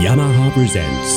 Yamaha presents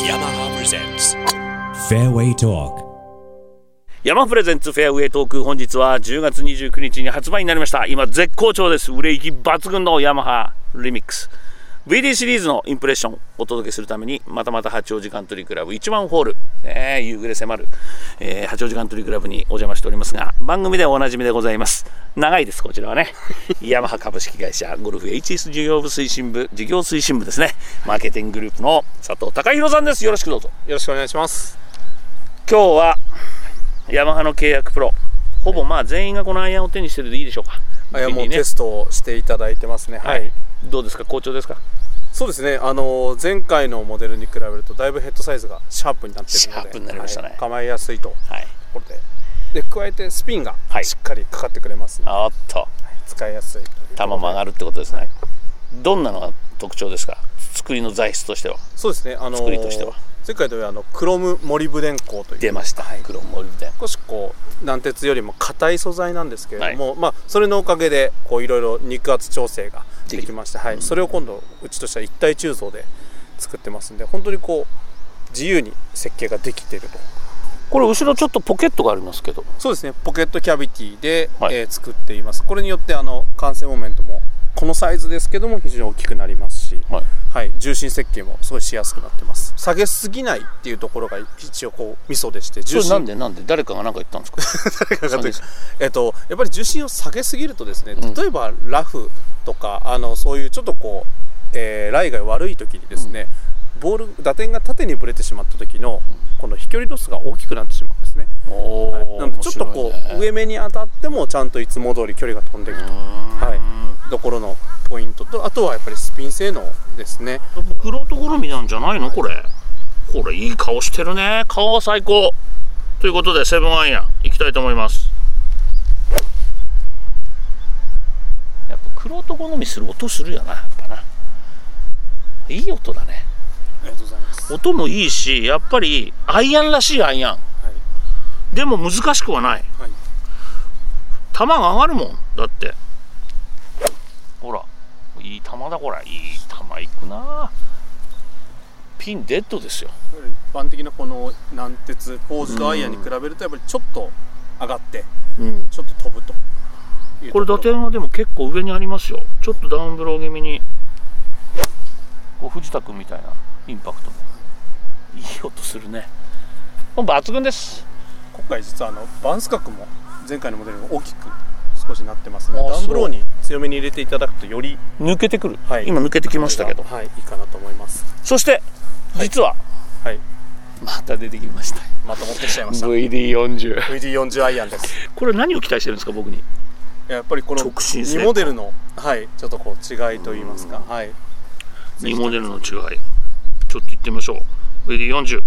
Fairway Talk。 ヤマハプレゼンツフェアウェイトーク、本日は10月29日に発売になりました。今絶好調です。売れ行き抜群のヤマハリミックス VD シリーズのインプレッションをお届けするために、また八王子カントリークラブ1番ホール、夕暮れ迫る、八王子カントリークラブにお邪魔しておりますが、番組ではおなじみでございます。長いです、こちらはね。ヤマハ株式会社ゴルフ HS 事業推進部ですね、マーケティンググループの佐藤貴弘さんです。よろしくどうぞ。 よろしくお願いします。 今日はヤマハの契約プロ、ほぼ全員がこのアイアンを手にしてるでいいでしょうか。 いや、もうテストをしていただいてますね。はい。 どうですか、好調ですか。 そうですね、前回のモデルに比べるとだいぶヘッドサイズがシャープになっているので、 シャープになりましたね。 構えやすいところで、加えてスピンがしっかりかかってくれますので、 おっと、 使いやすい。 球も上がるってことですね。どんなのが特徴ですか、作りの材質としては。 そうですね、 作りとしては前回というクロムモリブデン鋼という出ました、クロムモリブデン。 少し軟鉄よりも硬い素材なんですけれども、それのおかげでいろいろ肉厚調整ができまして、それを今度うちとしては一体鋳造で作ってますんで、本当に自由に設計ができていると。 これ後ろちょっとポケットがありますけど。 そうですね、ポケットキャビティで、作っています。これによって完成モメントもこのサイズですけども非常に大きくなりますし、重心設計もすごいしやすくなってます。下げすぎないっていうところが一応ミソでして、重心なんで誰かが何か言ったんですか。 誰かがやっぱり重心を下げすぎるとですね、例えばラフとかそういうちょっとライが悪い時にですね、打点が縦にぶれてしまった時のこの飛距離ロスが大きくなってしまうんですね。なのでちょっと上目に当たってもちゃんといつも通り距離が飛んでいくところのポイントと、あとはやっぱりスピン性能ですね。 クロート好みなんじゃないの、これいい顔してるね。顔は最高ということで、セブンアイアンいきたいと思います。やっぱクロート好みする音するよな、やっぱな。いい音だね。 ありがとうございます。 音もいいし、やっぱりアイアンらしいアイアン、でも難しくはない、球が上がるもんだって。ほら、いい球だ、これいい球いくな。ピンデッドですよ。 一般的なこの軟鉄フォージドアイアンに比べるとやっぱりちょっと上がって、ちょっと飛ぶという。 これ打点はでも結構上にありますよ。ちょっとダウンブロー気味に藤田君みたいなインパクトもいい音するね。もう抜群です。 今回実はバンス角も前回のモデルが大きく少しなってますので、ダウンブローに強めに入れていただくとより抜けてくる、今抜けてきましたけど、 いいかなと思います。 そして実は、また出てきました。 また持ってきちゃいました。 VD40 アイアンです。 これ何を期待してるんですか、僕に。 やっぱりこの2モデルのちょっと違いといいますか、 2モデルの違いちょっと言ってみましょう。 VD40、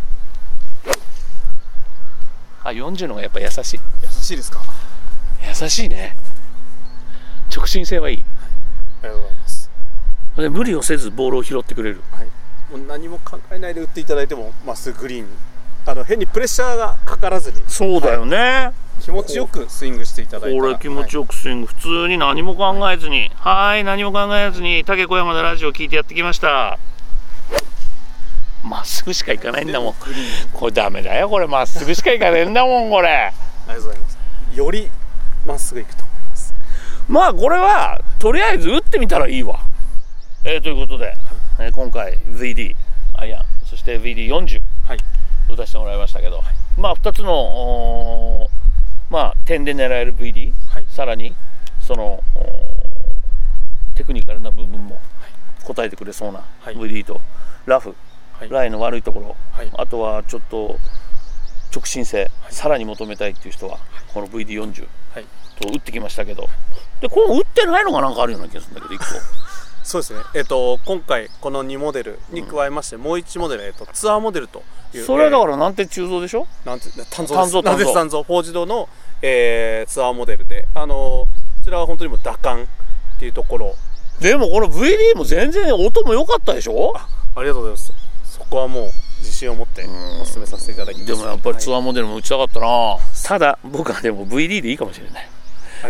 40の方がやっぱ優しい。 優しいですか。 優しいね。直進性はいい。 ありがとうございます。 で無理をせずボールを拾ってくれる。 もう何も考えないで打っていただいてもまっすぐグリーンに変にプレッシャーがかからずに。 そうだよね、 気持ちよくスイングしていただいて、 これ気持ちよくスイング、普通に何も考えずに、何も考えずに竹小山のラジオ聞いてやってきました。まっすぐしか行かないんだもん。これダメだよ、これまっすぐしか行かないんだもん、これ。 ありがとうございます。よりまっすぐ行くと思います。 これはとりあえず打ってみたらいいわ。ということで、今回 VD アイアン、そして VD40 打たせてもらいましたけど、2つの点で狙える VD、さらにそのテクニカルな部分も答えてくれそうな VD と、ラフ、ライの悪いところ、あとはちょっと直進性、さらに求めたいっていう人はこの VD40 と打ってきましたけど、でこの打ってないのがなんかあるような気がするんだけど、1個。 そうですね、今回この2モデルに加えまして、もう1モデル、ツアーモデルという、 それはだから軟鉄鋳造でしょ。 軟鉄単造、フォージドの、ツアーモデルで、こちらは本当にもう打感っていうところでもこの VD も全然音も良かったでしょ。 ありがとうございます。そこはもう自信を持ってお勧めさせていただきます。 でもやっぱりツアーモデルも打ちたかったな、ただ僕はでも VD でいいかもしれない。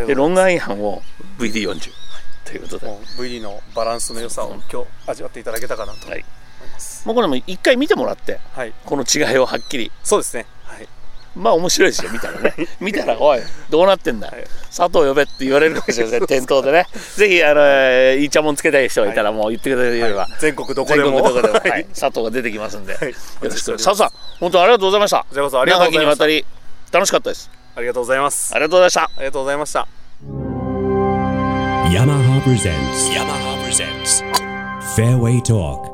でロングアイアンを VD40、ということで、 VD のバランスの良さを今日味わっていただけたかなと思い思います。 もうこれも一回見てもらって、 はい、 この違いをはっきり。 そうですね、はい、 まあ面白いですよ、見たらね見たらおいどうなってんだ、はい、佐藤呼べって言われるかもしれません店頭でねぜひいい茶もんつけたい人がいたらもう言ってくれれば、はい、 全国どこでも、 はい、佐藤が出てきますんで、はい、よろしく。佐藤さん本当ありがとうございました。 こちらこそありがとうございました。 長きにわたり楽しかったです。 ありがとうございます。 ありがとうございました。 ありがとうございました。 Yamaha presents Fairway Talk.